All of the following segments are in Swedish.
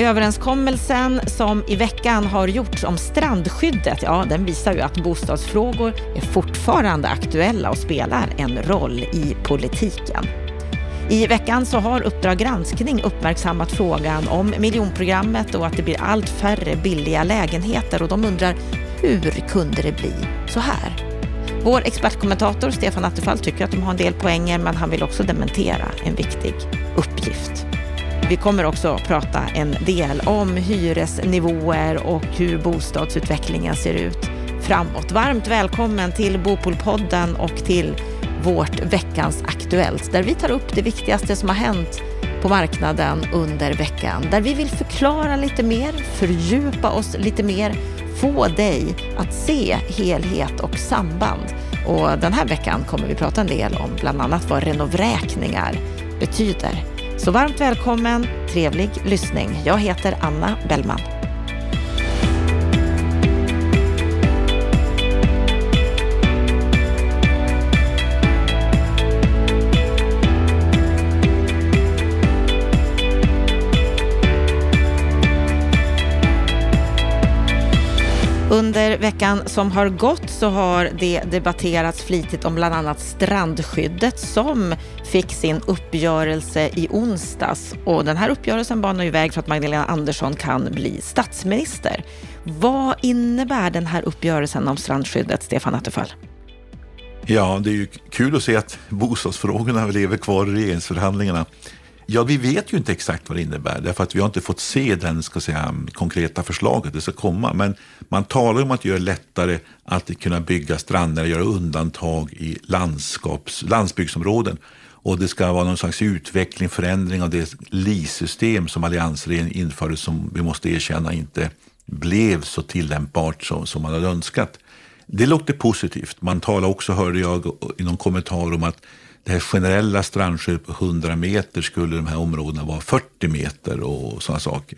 Överenskommelsen som i veckan har gjorts om strandskyddet, ja, den visar ju att bostadsfrågor är fortfarande aktuella och spelar en roll i politiken. I veckan så har Uppdrag granskning uppmärksammat frågan om miljonprogrammet och att det blir allt färre billiga lägenheter, och de undrar, hur kunde det bli så här? Vår expertkommentator Stefan Attefall tycker att de har en del poänger, men han vill också dementera en viktig uppgift. Vi kommer också prata en del om hyresnivåer och hur bostadsutvecklingen ser ut framåt. Varmt välkommen till Bopolpodden och till vårt veckans Aktuellt, där vi tar upp det viktigaste som har hänt på marknaden under veckan. Där vi vill förklara lite mer, fördjupa oss lite mer, få dig att se helhet och samband. Och den här veckan kommer vi prata en del om bland annat vad renovräkningar betyder. Så varmt välkommen, trevlig lyssning. Jag heter Anna Bellman. Under veckan som har gått så har det debatterats flitigt om bland annat strandskyddet som fick sin uppgörelse i onsdags. Och den här uppgörelsen banar ju väg för att Magdalena Andersson kan bli statsminister. Vad innebär den här uppgörelsen om strandskyddet, Stefan Attefall? Ja, det är ju kul att se att bostadsfrågorna lever kvar i regeringsförhandlingarna. Ja, vi vet ju inte exakt vad det innebär, därför att vi har inte fått se den konkreta förslaget det ska komma. Men man talar om att göra lättare att kunna bygga stränder, göra undantag i landsbygdsområden. Och det ska vara någon slags utveckling, förändring av det LIS-system som alliansregeringen införde, som vi måste erkänna inte blev så tillämpbart som man hade önskat. Det låter positivt. Man talar också, hörde jag i någon kommentar, om att det här generella strandskyddet på 100 meter skulle de här områdena vara 40 meter och sådana saker.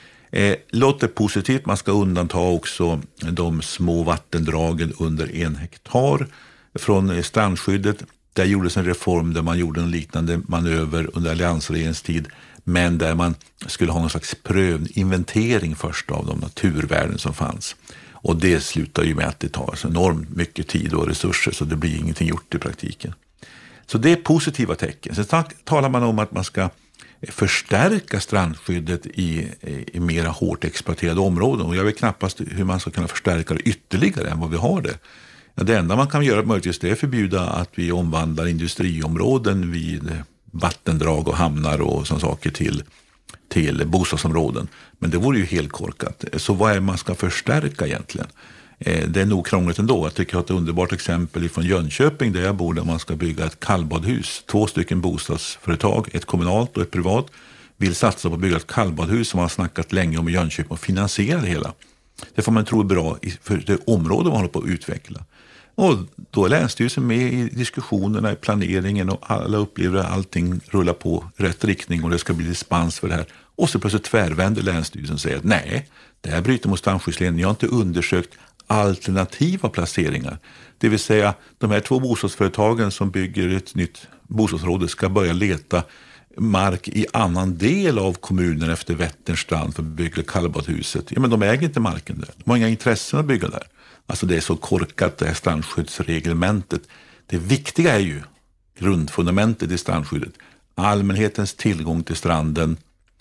Låter positivt. Man ska undanta också de små vattendragen under 1 hektar från strandskyddet. Där gjordes en reform där man gjorde en liknande manöver under alliansregeringens tid, men där man skulle ha någon slags inventering först av de naturvärden som fanns. Och det slutar ju med att det tar så enormt mycket tid och resurser, så det blir ingenting gjort i praktiken. Så det är positiva tecken. Sen talar man om att man ska förstärka strandskyddet i mera hårt exploaterade områden. Och jag vet knappast hur man ska kunna förstärka det ytterligare än vad vi har det. Det enda man kan göra möjligtvis, det är förbjuda att vi omvandlar industriområden vid vattendrag och hamnar och sådana saker till bostadsområden. Men det vore ju helt korkat. Så vad är det man ska förstärka egentligen? Det är nog krångligt ändå. Jag tycker att det är ett underbart exempel från Jönköping där jag bor, där man ska bygga ett kallbadhus. 2 stycken bostadsföretag, ett kommunalt och ett privat, vill satsa på att bygga ett kallbadhus som man har snackat länge om i Jönköping och finansiera det hela. Det får man tro är bra för det område man håller på att utveckla. Och då är Länsstyrelsen med i diskussionerna, i planeringen, och alla upplever att allting rullar på rätt riktning och det ska bli dispens för det här. Och så plötsligt tvärvänder Länsstyrelsen och säger att nej, det här bryter mot strandskyddslinjen. Jag har inte undersökt alternativa placeringar. Det vill säga, de här 2 bostadsföretagen som bygger ett nytt bostadsområde ska börja leta mark i annan del av kommunen efter Vätterns strand för att bygga kallbadhuset. Ja, men de äger inte marken där. De har inga intressen att bygga där. Alltså det är så korkat, det här strandskyddsreglementet. Det viktiga är ju grundfundamentet i strandskyddet. Allmänhetens tillgång till stranden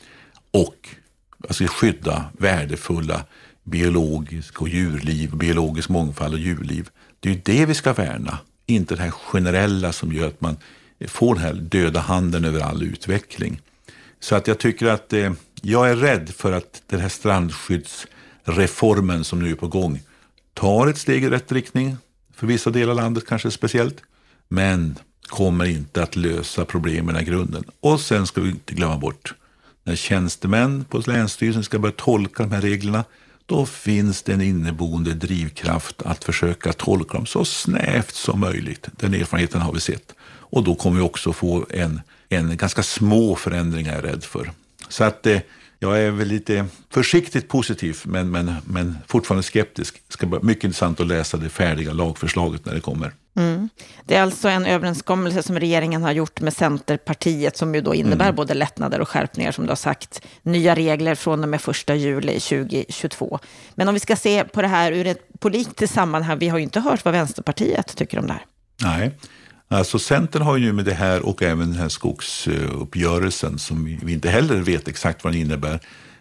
och alltså skydda värdefulla biologisk och djurliv, biologisk mångfald och djurliv. Det är ju det vi ska värna. Inte det här generella som gör att man får den här döda handen över all utveckling. Så att jag tycker att jag är rädd för att den här strandskyddsreformen som nu är på gång tar ett steg i rätt riktning, för vissa delar av landet kanske speciellt, men kommer inte att lösa problemen i grunden. Och sen ska vi inte glömma bort, när tjänstemän på Länsstyrelsen ska börja tolka de här reglerna, då finns det en inneboende drivkraft att försöka tolka dem så snävt som möjligt. Den erfarenheten har vi sett. Och då kommer vi också få en ganska små förändring, jag är rädd för. Så att Jag är väl lite försiktigt positiv men fortfarande skeptisk. Det ska bli mycket intressant att läsa det färdiga lagförslaget när det kommer. Det är alltså en överenskommelse som regeringen har gjort med Centerpartiet som ju då innebär både lättnader och skärpningar som du har sagt. Nya regler från och med 1 juli 2022. Men om vi ska se på det här ur ett politiskt sammanhang, vi har ju inte hört vad Vänsterpartiet tycker om det här. Nej, alltså Centern har ju nu med det här och även den här skogsuppgörelsen som vi inte heller vet exakt vad den innebär,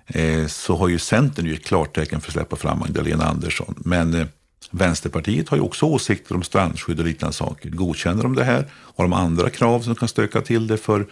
så har ju Centern ju ett klartecken för att släppa fram Magdalena Andersson. Men Vänsterpartiet har ju också åsikter om strandskydd och liknande saker. Godkänner de det här? Har de andra krav som kan stöka till det för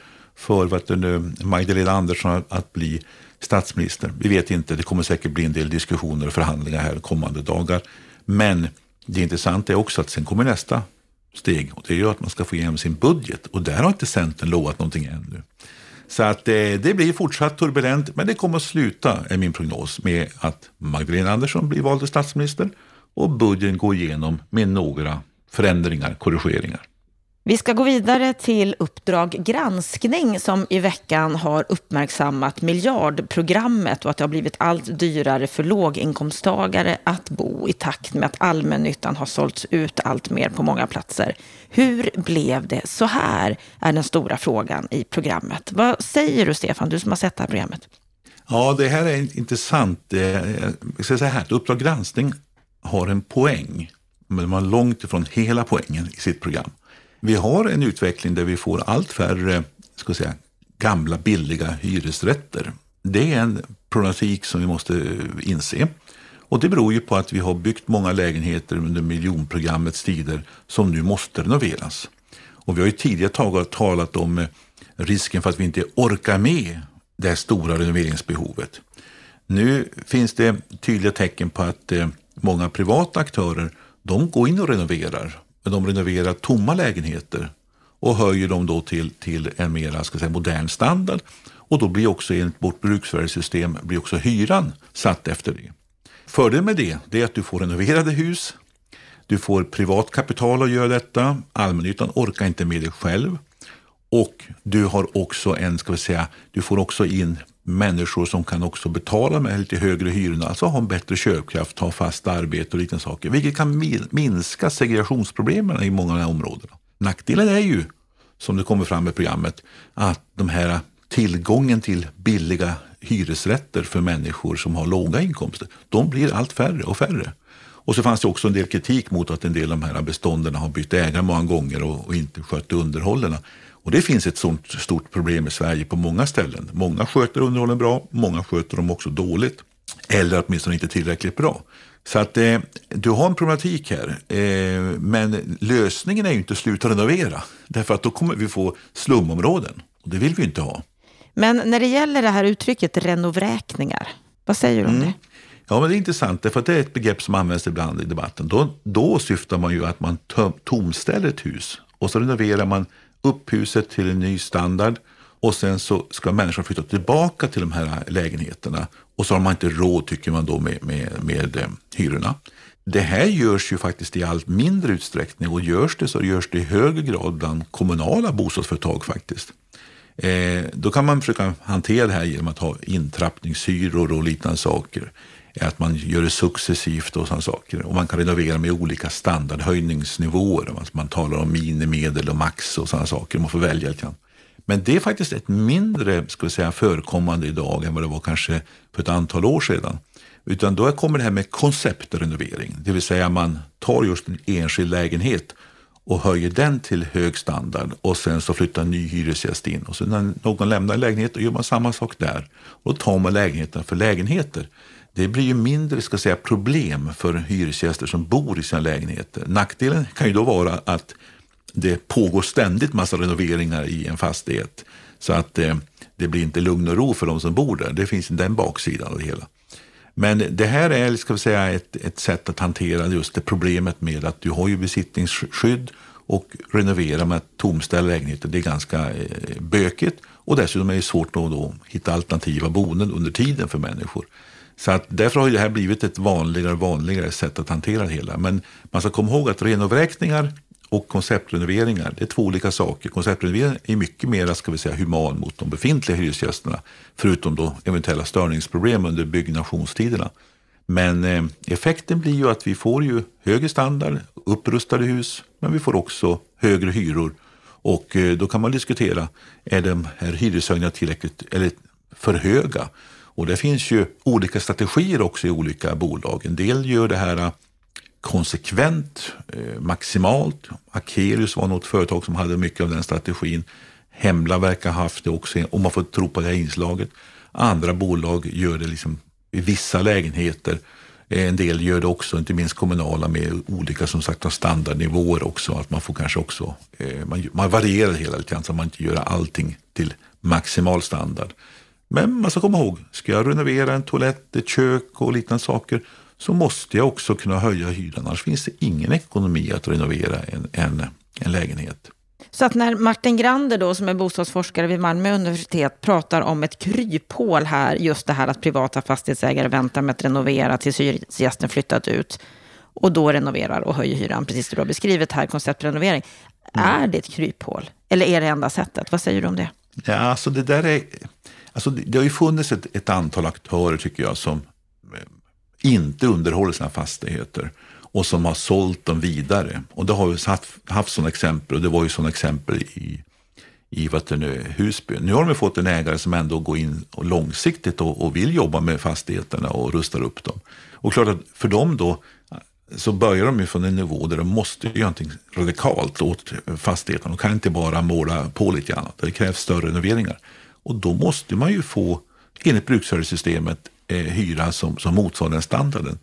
Magdalena Andersson att bli statsminister? Vi vet inte, det kommer säkert bli en del diskussioner och förhandlingar här kommande dagar. Men det intressanta är också att sen kommer nästa steg och det är ju att man ska få igenom sin budget och där har inte Centern lovat någonting ännu. Så att det blir fortsatt turbulent, men det kommer att sluta, är min prognos, med att Magdalena Andersson blir vald till statsminister och budgeten går igenom med några förändringar, korrigeringar. Vi ska gå vidare till Uppdrag granskning som i veckan har uppmärksammat miljardprogrammet och att det har blivit allt dyrare för låginkomsttagare att bo i takt med att allmännyttan har sålts ut allt mer på många platser. Hur blev det så här är den stora frågan i programmet. Vad säger du, Stefan, du som har sett det här programmet? Ja, det här är intressant. Jag ska säga här att Uppdrag granskning har en poäng, men man är långt ifrån hela poängen i sitt program. Vi har en utveckling där vi får allt färre gamla billiga hyresrätter. Det är en problematik som vi måste inse. Och det beror ju på att vi har byggt många lägenheter under miljonprogrammets tider som nu måste renoveras. Och vi har ju tidigare talat om risken för att vi inte orkar med det stora renoveringsbehovet. Nu finns det tydliga tecken på att många privata aktörer, de går in och renoverar. De renoverar tomma lägenheter och höjer dem då till en mer modern standard. Och då blir också enligt vårt bruksvärdessystem blir också hyran satt efter det. Fördelen med det är att du får renoverade hus. Du får privat kapital att göra detta. Allmännyttan orkar inte med det själv. Och du har också du får också in människor som kan också betala med lite högre hyrorna, alltså ha en bättre köpkraft, ha fast arbete och liknande saker, vilket kan minska segregationsproblemen i många av de här områdena. Nackdelen är ju, som det kommer fram i programmet, att de här tillgången till billiga hyresrätter för människor som har låga inkomster, de blir allt färre och färre. Och så fanns det också en del kritik mot att en del av de här bestånden har bytt ägare många gånger och inte skött underhållen. Och det finns ett sånt stort problem i Sverige på många ställen. Många sköter underhållen bra, många sköter dem också dåligt. Eller åtminstone inte tillräckligt bra. Så att du har en problematik här. Men lösningen är ju inte att sluta renovera. Därför att då kommer vi få slumområden. Och det vill vi inte ha. Men när det gäller det här uttrycket renovräkningar, vad säger du om det? Ja, men det är intressant därför att det är ett begrepp som används ibland i debatten. Då syftar man ju att man tomställer ett hus och så renoverar man upp huset till en ny standard och sen så ska människor flytta tillbaka till de här lägenheterna och så har man inte råd, tycker man då, med hyrorna. Det här görs ju faktiskt i allt mindre utsträckning och görs det i högre grad bland kommunala bostadsföretag faktiskt. Då kan man försöka hantera det här genom att ha intrappningshyror och liknande saker. Att man gör det successivt och sådana saker. Och man kan renovera med olika standardhöjningsnivåer. Man talar om minimedel och max och sådana saker. Man får välja lite grann. Men det är faktiskt ett mindre förekommande idag än vad det var kanske för ett antal år sedan. Utan då kommer det här med konceptrenovering. Det vill säga man tar just en enskild lägenhet och höjer den till hög standard och sen så flyttar en ny hyresgäst in. Och sen när någon lämnar lägenheten gör man samma sak där. Och då tar man lägenheten för lägenheter. Det blir ju mindre problem för hyresgäster som bor i sina lägenheter. Nackdelen kan ju då vara att det pågår ständigt massa renoveringar i en fastighet. Så att det blir inte lugn och ro för de som bor där. Det finns den baksidan av det hela. Men det här är ett sätt att hantera just det problemet med att du har ju besittningsskydd och renovera med tomställda lägenheter. Det är ganska bökigt och dessutom är det svårt att då hitta alternativa boenden under tiden för människor. Så att därför har det här blivit ett vanligare sätt att hantera det hela. Men man ska komma ihåg att renovräkningar och konceptrenoveringar, det är två olika saker. Konceptrenoveringar är mycket mer, ska vi säga, human mot de befintliga hyresgästerna, förutom då eventuella störningsproblem under byggnationstiderna. Men effekten blir ju att vi får ju högre standard, upprustade hus, men vi får också högre hyror. Och då kan man diskutera, är de här hyreshöjningarna tillräckligt eller för höga? Och det finns ju olika strategier också i olika bolag. En del gör det här konsekvent, maximalt. Akelius var något företag som hade mycket av den strategin. Hemla verkar ha haft det också, om man får tro på det här inslaget. Andra bolag gör det liksom i vissa lägenheter. En del gör det också, inte minst kommunala, med olika som sagt standardnivåer också. Att man får kanske också, man varierar hela lite grann så att man inte gör allting till maximal standard. Men man ska komma ihåg, ska jag renovera en toalett, ett kök och liknande saker, så måste jag också kunna höja hyran. Annars finns det ingen ekonomi att renovera en lägenhet. Så att när Martin Grander då, som är bostadsforskare vid Malmö universitet, pratar om ett kryphål här, just det här att privata fastighetsägare väntar med att renovera tills hyresgästen flyttat ut och då renoverar och höjer hyran, precis som du har beskrivit här, konceptrenovering. Är det ett kryphål? Eller är det enda sättet? Vad säger du om det? Ja, alltså det där är... Alltså det har ju funnits ett antal aktörer, tycker jag, som inte underhåller sina fastigheter och som har sålt dem vidare. Och det har vi haft sådana exempel, och det var ju sådana exempel i Husby. Nu har de fått en ägare som ändå går in och långsiktigt och vill jobba med fastigheterna och rustar upp dem. Och klart att för dem då så börjar de ju från en nivå där de måste göra någonting radikalt åt fastigheterna. De kan inte bara måla på lite annat. Det krävs större renoveringar. Och då måste man ju få, enligt bruksvärdessystemet, hyra som motsvarar den standarden.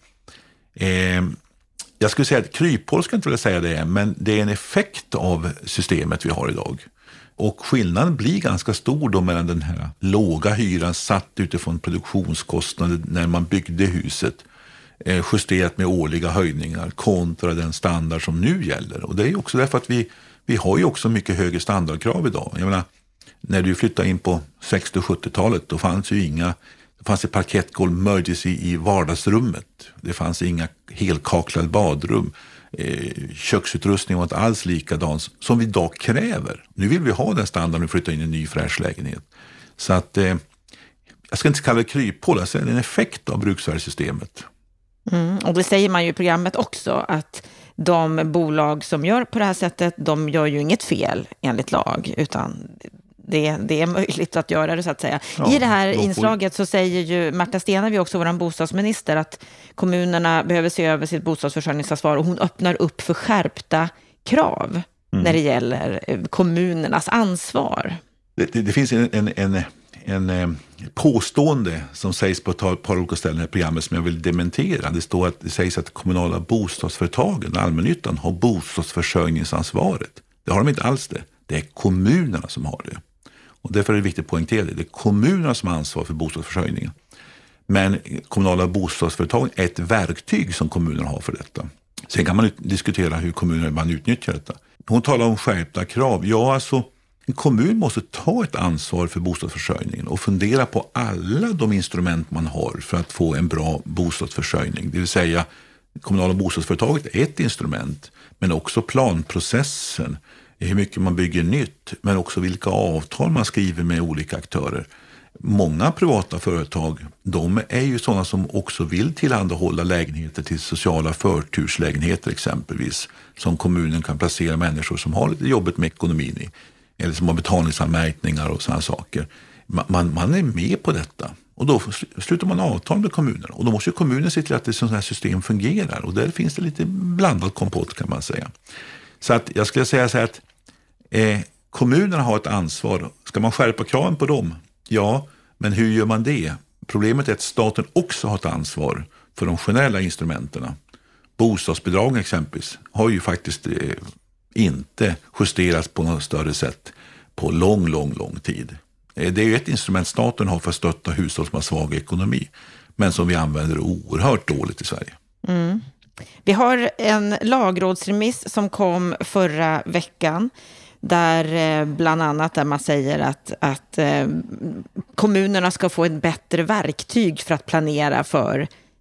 Jag skulle säga att kryphål, ska inte vilja säga det, men det är en effekt av systemet vi har idag. Och skillnaden blir ganska stor då mellan den här låga hyran satt utifrån produktionskostnader när man byggde huset, justerat med årliga höjningar, kontra den standard som nu gäller. Och det är ju också därför att vi har ju också mycket högre standardkrav idag. Jag menar, när du flyttade in på 60- och 70-talet, då fanns ju ett parkettgolv möjligtvis i vardagsrummet. Det fanns inga helkaklade badrum. Köksutrustningen var inte alls likadan som vi idag kräver. Nu vill vi ha den standarden när vi flyttar in i en ny fräsch lägenhet. Så att jag ska inte kalla det kryphål, det är en effekt av bruksvärdessystemet. Och det säger man ju i programmet också, att de bolag som gör på det här sättet, de gör ju inget fel enligt lag, utan det är möjligt att göra det, så att säga. Ja, i det här inslaget så säger ju Märta Stenevi, också vår bostadsminister, att kommunerna behöver se över sitt bostadsförsörjningsansvar, och hon öppnar upp för skärpta krav när det gäller kommunernas ansvar. Det finns en påstående som sägs på ett par olika ställen i programmet som jag vill dementera. Det sägs att kommunala bostadsföretagen, allmännyttan, har bostadsförsörjningsansvaret. Det har de inte alls det. Det är kommunerna som har det. Och därför är det viktigt att poängtera det. Det är kommunerna som har ansvar för bostadsförsörjningen. Men kommunala bostadsföretag är ett verktyg som kommunerna har för detta. Sen kan man diskutera hur kommunerna utnyttjar detta. Hon talar om skärpta krav. Ja, alltså en kommun måste ta ett ansvar för bostadsförsörjningen och fundera på alla de instrument man har för att få en bra bostadsförsörjning. Det vill säga, kommunala bostadsföretaget är ett instrument, men också planprocessen, hur mycket man bygger nytt, men också vilka avtal man skriver med olika aktörer. Många privata företag, de är ju sådana som också vill tillhandahålla lägenheter till sociala förturslägenheter exempelvis, som kommunen kan placera människor som har lite jobbet med ekonomin i, eller som har betalningsanmärkningar och sådana saker. Man är med på detta. Och då slutar man avtal med kommunen. Och då måste ju kommunen se till att det sådana här system fungerar. Och där finns det lite blandad kompott, kan man säga. Så att jag skulle säga så här att kommunerna har ett ansvar. Ska man skärpa kraven på dem? Ja, men hur gör man det? Problemet är att staten också har ett ansvar för de generella instrumenterna. Bostadsbidragen exempelvis har ju faktiskt inte justerats på något större sätt på lång tid. Det är ju ett instrument staten har för att stötta hushåll som har svag ekonomi, men som vi använder oerhört dåligt i Sverige. Vi har en lagrådsremiss som kom förra veckan, där bland annat där man säger att kommunerna ska få ett bättre verktyg för att planera för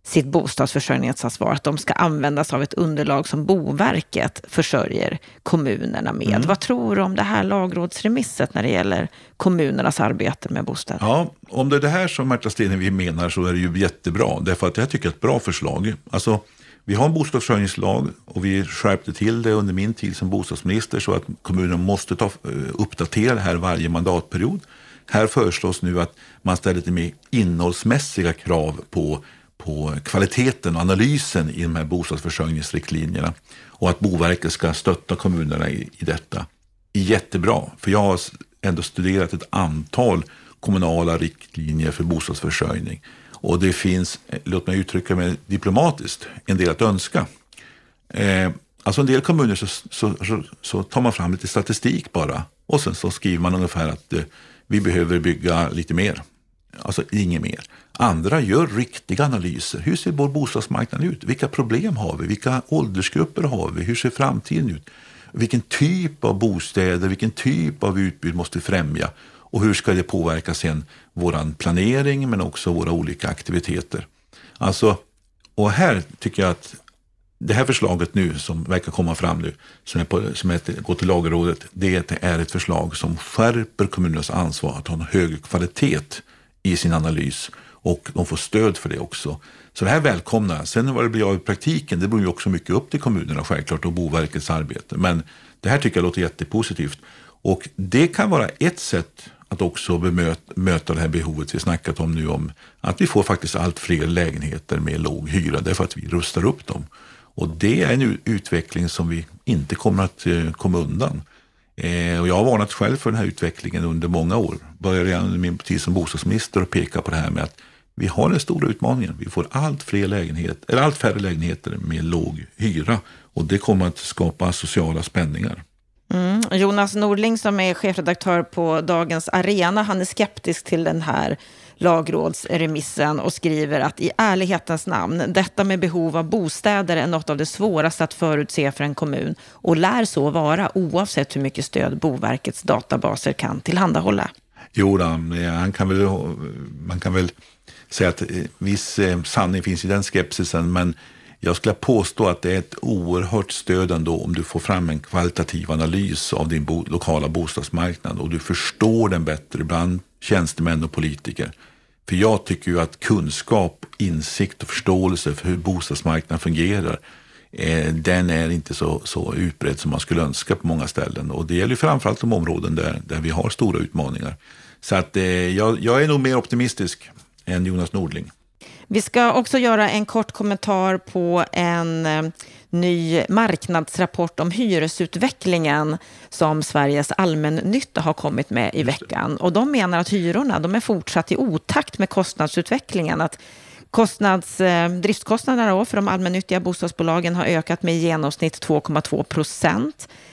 sitt bostadsförsörjningsansvar, att de ska användas av ett underlag som Boverket försörjer kommunerna med. Vad tror du om det här lagrådsremisset när det gäller kommunernas arbete med bostäder? Ja, om det är det här som Märta Stenevi menar så är det ju jättebra. Därför att jag tycker att ett bra förslag. Alltså, vi har en bostadsförsörjningslag och vi skärpte till det under min tid som bostadsminister så att kommunerna måste uppdatera det här varje mandatperiod. Här föreslås nu att man ställer lite mer innehållsmässiga krav på kvaliteten och analysen i de här bostadsförsörjningsriktlinjerna och att Boverket ska stötta kommunerna i detta. Jättebra, för jag har ändå studerat ett antal kommunala riktlinjer för bostadsförsörjning och det finns, låt mig uttrycka mig diplomatiskt, en del att önska. Alltså en del kommuner så tar man fram lite statistik bara och sen så skriver man ungefär att vi behöver bygga lite mer. Alltså inget mer. Andra gör riktiga analyser. Hur ser vår bostadsmarknad ut? Vilka problem har vi? Vilka åldersgrupper har vi? Hur ser framtiden ut? Vilken typ av bostäder, vilken typ av utbud måste främja? Och hur ska det påverka sen våran planering men också våra olika aktiviteter? Alltså, och här tycker jag att det här förslaget nu som verkar komma fram nu som går till lagrådet, det är ett förslag som skärper kommunernas ansvar att ha en högre kvalitet i sin analys och de får stöd för det också. Så det här välkomnar. Sen vad det blir av i praktiken, det beror ju också mycket upp till kommunerna självklart och Boverkets arbete. Men det här tycker jag låter jättepositivt. Och det kan vara ett sätt att också möta det här behovet vi snackat om nu om att vi får faktiskt allt fler lägenheter med låg hyra därför att vi rustar upp dem. Och det är en utveckling som vi inte kommer att komma undan. Och jag har varnat själv för den här utvecklingen under många år. Började redan under min tid som bostadsminister och peka på det här med att vi har den stora utmaningen. Vi får allt färre lägenheter med låg hyra och det kommer att skapa sociala spänningar. Jonas Nordling som är chefredaktör på Dagens Arena, han är skeptisk till den här lagrådsremissen och skriver att i ärlighetens namn, detta med behov av bostäder är något av det svåraste att förutse för en kommun och lär så vara oavsett hur mycket stöd Boverkets databaser kan tillhandahålla. Jo, man kan väl säga att viss sanning finns i den skepsisen, men jag skulle påstå att det är ett oerhört stöd ändå om du får fram en kvalitativ analys av din lokala bostadsmarknad och du förstår den bättre bland tjänstemän och politiker. För jag tycker ju att kunskap, insikt och förståelse för hur bostadsmarknaden fungerar, den är inte så utbredd som man skulle önska på många ställen. Och det gäller framförallt de områden där vi har stora utmaningar. Så att jag är nog mer optimistisk än Jonas Nordling. Vi ska också göra en kort kommentar på en ny marknadsrapport om hyresutvecklingen som Sveriges allmännytta har kommit med i veckan. Och de menar att hyrorna de är fortsatt i otakt med kostnadsutvecklingen. Att driftskostnaderna för de allmännyttiga bostadsbolagen har ökat med i genomsnitt 2,2%.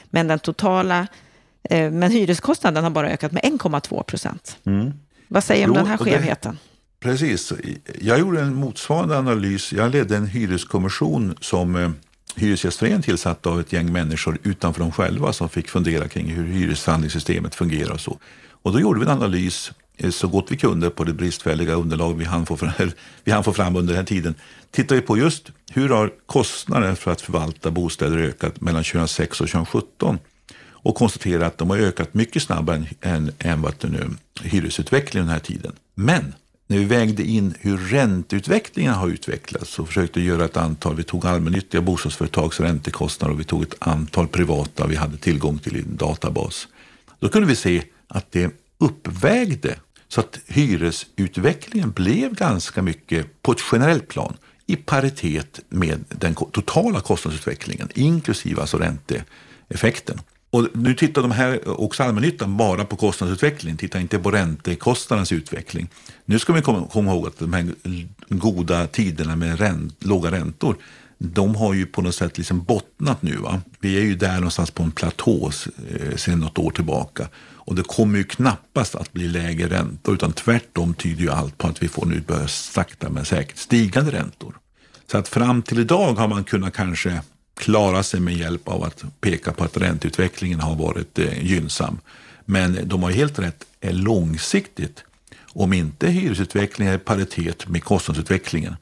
Men hyreskostnaden har bara ökat med 1,2%. Vad säger du om den här skevheten? Precis. Jag gjorde en motsvarande analys. Jag ledde en hyreskommission som Hyresgästföreningen tillsatt av ett gäng människor utanför dem själva som fick fundera kring hur hyresförhandlingssystemet fungerar och så. Och då gjorde vi en analys så gott vi kunde på det bristfälliga underlag vi hann få fram under den här tiden. Tittar vi på just hur har kostnader för att förvalta bostäder ökat mellan 2006 och 2017 och konstaterar att de har ökat mycket snabbare än vad hyresutvecklingen den här tiden. Men när vi vägde in hur ränteutvecklingen har utvecklats och försökte göra vi tog allmännyttiga bostadsföretags räntekostnader och vi tog ett antal privata vi hade tillgång till i en databas. Då kunde vi se att det uppvägde så att hyresutvecklingen blev ganska mycket på ett generellt plan i paritet med den totala kostnadsutvecklingen inklusive alltså ränteeffekten. Och nu tittar de här också allmännyttan bara på kostnadsutvecklingen, tittar inte på räntekostnadens utveckling. Nu ska vi komma ihåg att de här goda tiderna med låga räntor, de har ju på något sätt liksom bottnat nu. Va? Vi är ju där någonstans på en platå sedan något år tillbaka. Och det kommer ju knappast att bli lägre räntor, utan tvärtom tyder ju allt på att vi får nu börja sakta men säkert stigande räntor. Så att fram till idag har man kunnat kanske klara sig med hjälp av att peka på att ränteutvecklingen har varit gynnsam. Men de har helt rätt, är långsiktigt. Om inte hyresutvecklingen är i paritet med kostnadsutvecklingen,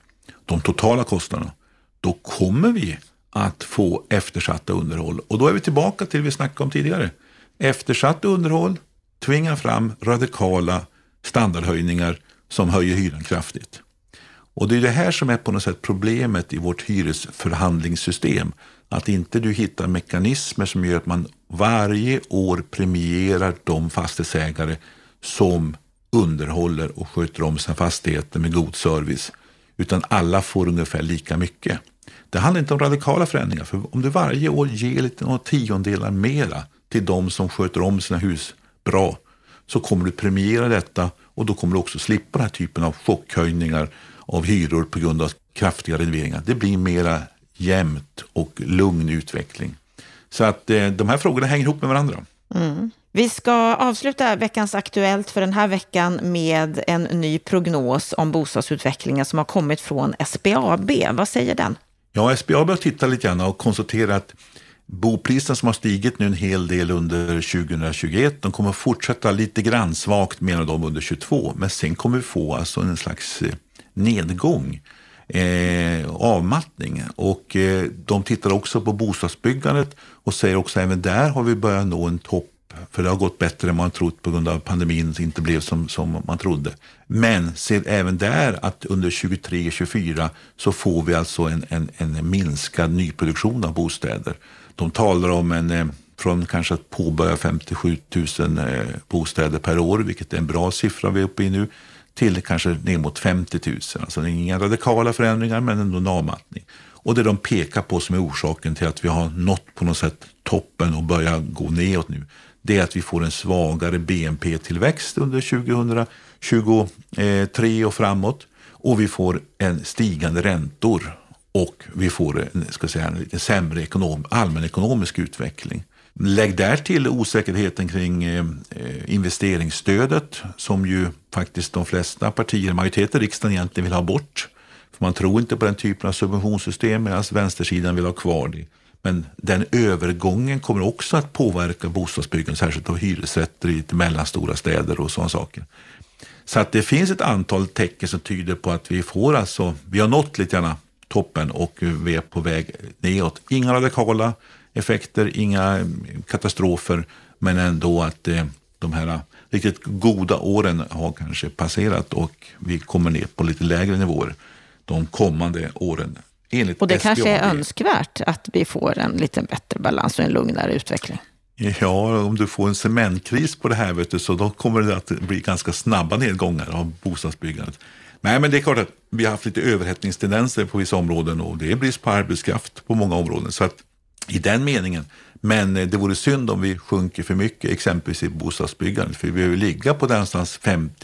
de totala kostnaderna, då kommer vi att få eftersatta underhåll. Och då är vi tillbaka till det vi snackade om tidigare. Eftersatt underhåll tvingar fram radikala standardhöjningar som höjer hyran kraftigt. Och det är det här som är på något sätt problemet i vårt hyresförhandlingssystem. Att inte du hittar mekanismer som gör att man varje år premierar de fastighetsägare som underhåller och sköter om sina fastigheter med god service. Utan alla får ungefär lika mycket. Det handlar inte om radikala förändringar. För om du varje år ger lite några tiondelar mera till de som sköter om sina hus bra, så kommer du premiera detta, och då kommer du också slippa den här typen av chockhöjningar av hyror på grund av kraftiga renoveringar. Det blir mera jämnt och lugn utveckling. Så att de här frågorna hänger ihop med varandra. Mm. Vi ska avsluta veckans Aktuellt för den här veckan med en ny prognos om bostadsutvecklingen som har kommit från SBAB. Vad säger den? Ja, SBAB har tittat lite grann och konstaterat att bopriserna som har stigit nu en hel del under 2021, de kommer fortsätta lite grann svagt menar de under 2022, men sen kommer vi få alltså en slags nedgång, avmattning, och de tittar också på bostadsbyggandet och säger också även där har vi börjat nå en topp, för det har gått bättre än man trott på grund av pandemin som inte blev som man trodde. Men ser även där att under 23-24 så får vi alltså en minskad nyproduktion av bostäder. De talar om från kanske att påbörja 57 000 bostäder per år, vilket är en bra siffra vi är uppe i nu, till kanske ner mot 50 000. Alltså det är inga radikala förändringar, men ändå en avmattning. Och det de pekar på som är orsaken till att vi har nått på något sätt toppen och börjar gå neråt nu, det är att vi får en svagare BNP-tillväxt under 2023 och framåt, och vi får en stigande räntor, och vi får en lite sämre allmän ekonomisk utveckling. Lägg där till osäkerheten kring investeringsstödet, som ju faktiskt de flesta partier, majoriteten i riksdagen egentligen vill ha bort. För man tror inte på den typen av subventionssystem, medan vänstersidan vill ha kvar det. Men den övergången kommer också att påverka bostadsbyggandet, särskilt av hyresrätter i mellanstora städer och sådana saker. Så att det finns ett antal tecken som tyder på att vi har nått lite grann toppen och vi är på väg neråt. Inga radikala effekter, inga katastrofer, men ändå att de här riktigt goda åren har kanske passerat och vi kommer ner på lite lägre nivåer de kommande åren. Och det kanske är önskvärt att vi får en lite bättre balans och en lugnare utveckling. Ja, om du får en cementkris på det här, så då kommer det att bli ganska snabba nedgångar av bostadsbyggandet. Nej, men det är klart att vi har haft lite överhettningstendenser på vissa områden, och det är brist på arbetskraft på många områden. Så att i den meningen, men det vore synd om vi sjunker för mycket exempelvis i bostadsbyggandet, för vi behöver ligga på någonstans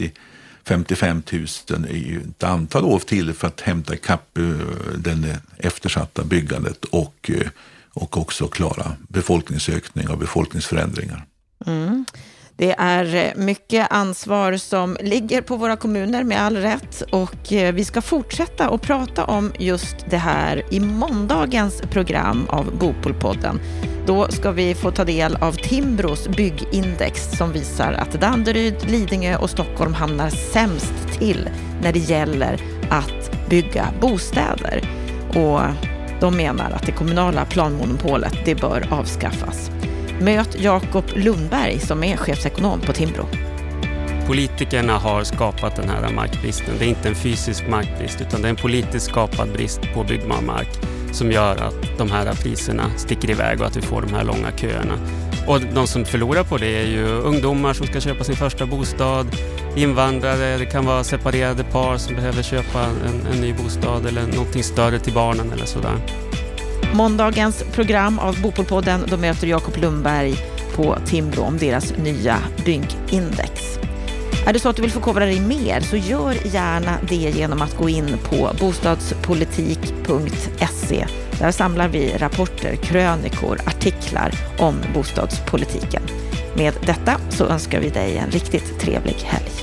55 000 i ett antal år till för att hämta ikapp den eftersatta byggandet och också klara befolkningsökning och befolkningsförändringar. Mm. Det är mycket ansvar som ligger på våra kommuner med all rätt, och vi ska fortsätta att prata om just det här i måndagens program av Bopolpodden. Då ska vi få ta del av Timbros byggindex som visar att Danderyd, Lidingö och Stockholm hamnar sämst till när det gäller att bygga bostäder. Och de menar att det kommunala planmonopolet det bör avskaffas. Möt Jakob Lundberg som är chefsekonom på Timbro. Politikerna har skapat den här markbristen. Det är inte en fysisk markbrist utan det är en politiskt skapad brist på byggbar mark som gör att de här priserna sticker iväg och att vi får de här långa köerna. Och de som förlorar på det är ju ungdomar som ska köpa sin första bostad, invandrare, det kan vara separerade par som behöver köpa en ny bostad eller någonting större till barnen eller sådär. Måndagens program av Bopolpodden, då möter Jakob Lundberg på Timbro om deras nya byggindex. Är det så att du vill förkovra dig mer, så gör gärna det genom att gå in på bostadspolitik.se. Där samlar vi rapporter, krönikor, artiklar om bostadspolitiken. Med detta så önskar vi dig en riktigt trevlig helg.